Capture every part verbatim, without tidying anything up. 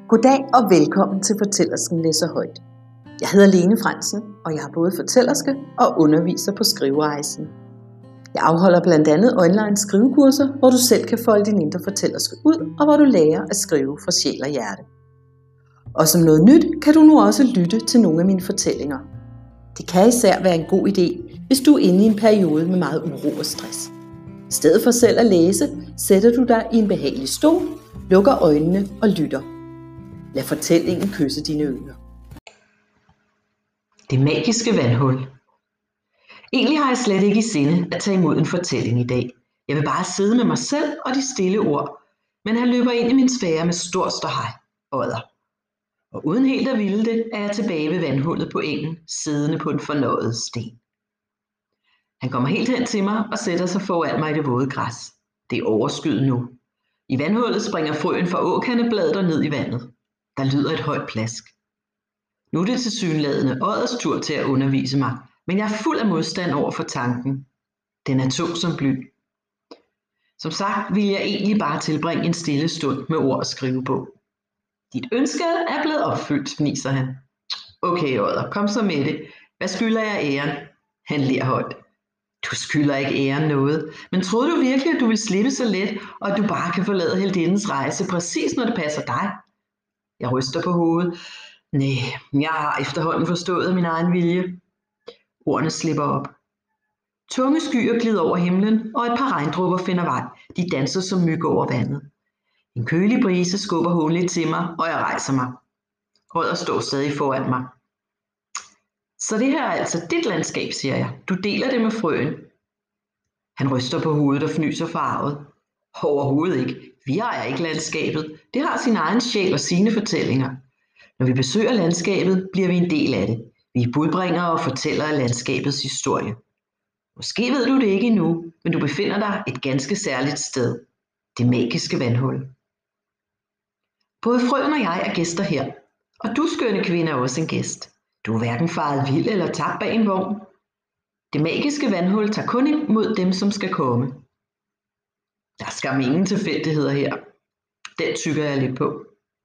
Goddag og velkommen til Fortællersken læser højt. Jeg hedder Lene Frandsen, og jeg er både fortællerske og underviser på Skriverejsen. Jeg afholder blandt andet online skrivekurser, hvor du selv kan folde din indre fortællerske ud, og hvor du lærer at skrive fra sjæl og hjerte. Og som noget nyt kan du nu også lytte til nogle af mine fortællinger. Det kan især være en god idé, hvis du er inde i en periode med meget uro og stress. I stedet for selv at læse, sætter du dig i en behagelig stol, lukker øjnene og lytter. Lad fortællingen kysse dine ører. Det magiske vandhul. Egentlig har jeg slet ikke i sinde at tage imod en fortælling i dag. Jeg vil bare sidde med mig selv og de stille ord, men han løber ind i min sfære med stor ståhej, odder. Og uden helt at ville det, er jeg tilbage ved vandhullet på engen, siddende på en fornøjet sten. Han kommer helt hen til mig og sætter sig foran mig i det våde græs. Det er overskyet nu. I vandhullet springer frøen fra åkandebladet og ned i vandet. Der lyder et højt plask. Nu er det tilsyneladende odders tur til at undervise mig, men jeg er fuld af modstand over for tanken. Den er tung som bly. Som sagt vil jeg egentlig bare tilbringe en stille stund med ord og skrivebog. Dit ønske er blevet opfyldt, fniser han. Okay, odder, kom så med det. Hvad skylder jeg æren? Han ler højt. Du skylder ikke æren noget, men troede du virkelig, at du ville slippe så let, og at du bare kan forlade heltindens rejse præcis når det passer dig? Jeg ryster på hovedet. Næh, jeg har efterhånden forstået min egen vilje. Ordene slipper op. Tunge skyer glider over himlen, og et par regndråber finder vej. De danser som myg over vandet. En kølig brise skubber hånligt til mig, og jeg rejser mig. Odder står stadig foran mig. Så det her er altså dit landskab, siger jeg. Du deler det med frøen. Han ryster på hovedet og fnyser forarvet. Overhovedet ikke. Vi ejer ikke landskabet. Det har sin egen sjæl og sine fortællinger. Når vi besøger landskabet, bliver vi en del af det. Vi er budbringere og fortæller af landskabets historie. Måske ved du det ikke endnu, men du befinder dig et ganske særligt sted. Det magiske vandhul. Både frøen og jeg er gæster her, og du, skønne kvinde, er også en gæst. Du er hverken faret vild eller tabt bag en vogn. Det magiske vandhul tager kun imod dem, som skal komme. Der er skam ingen tilfældigheder her. Den tykker jeg lidt på.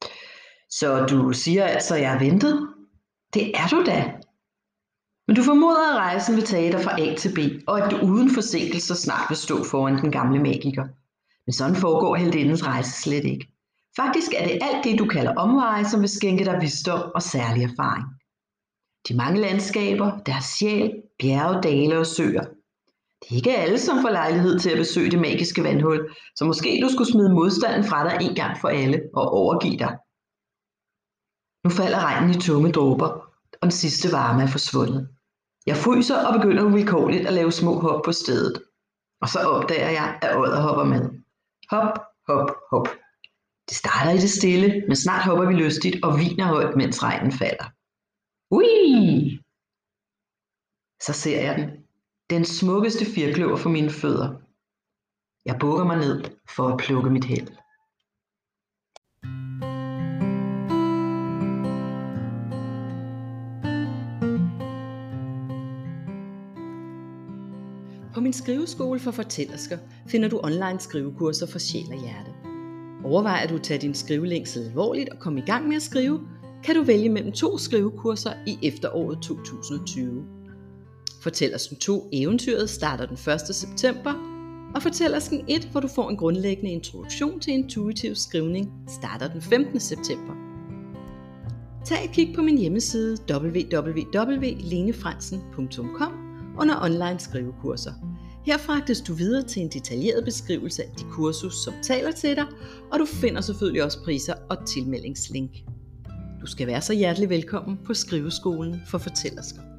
Så du siger altså, at jeg er ventet? Det er du da. Men du formoder, at rejsen vil tage dig fra A til B, og at du uden forsinkelser snart vil stå foran den gamle magiker. Men sådan foregår heltindens rejse slet ikke. Faktisk er det alt det, du kalder omveje, som vil skænke dig visdom og særlig erfaring. De mange landskaber, deres sjæl, bjerge, dale og søer. Det er ikke alle, som får lejlighed til at besøge det magiske vandhul, så måske du skulle smide modstanden fra dig en gang for alle og overgive dig. Nu falder regnen i tunge dråber, og den sidste varme er forsvundet. Jeg fryser og begynder uvilkårligt at lave små hop på stedet. Og så opdager jeg, at odder hopper med. Hop, hop, hop. Det starter i det stille, men snart hopper vi lystigt og hviner højt, mens regnen falder. Ui! Så ser jeg den. Den smukkeste firkløver for mine fødder. Jeg bukker mig ned for at plukke mit held. På min skriveskole for fortællersker finder du online skrivekurser for sjæl og hjerte. Overvejer du at tage din skrivelængsel alvorligt og komme i gang med at skrive, kan du vælge mellem to skrivekurser i efteråret to tusind og tyve. Fortællersken to Eventyret starter den første september, og Fortællersken et, hvor du får en grundlæggende introduktion til intuitiv skrivning, starter den femtende september. Tag et kig på min hjemmeside w w w punktum lenefrandsen punktum com under online skrivekurser. Her fragtes du videre til en detaljeret beskrivelse af de kursus, som taler til dig, og du finder selvfølgelig også priser og tilmeldingslink. Du skal være så hjertelig velkommen på Skriveskolen for Fortællersker.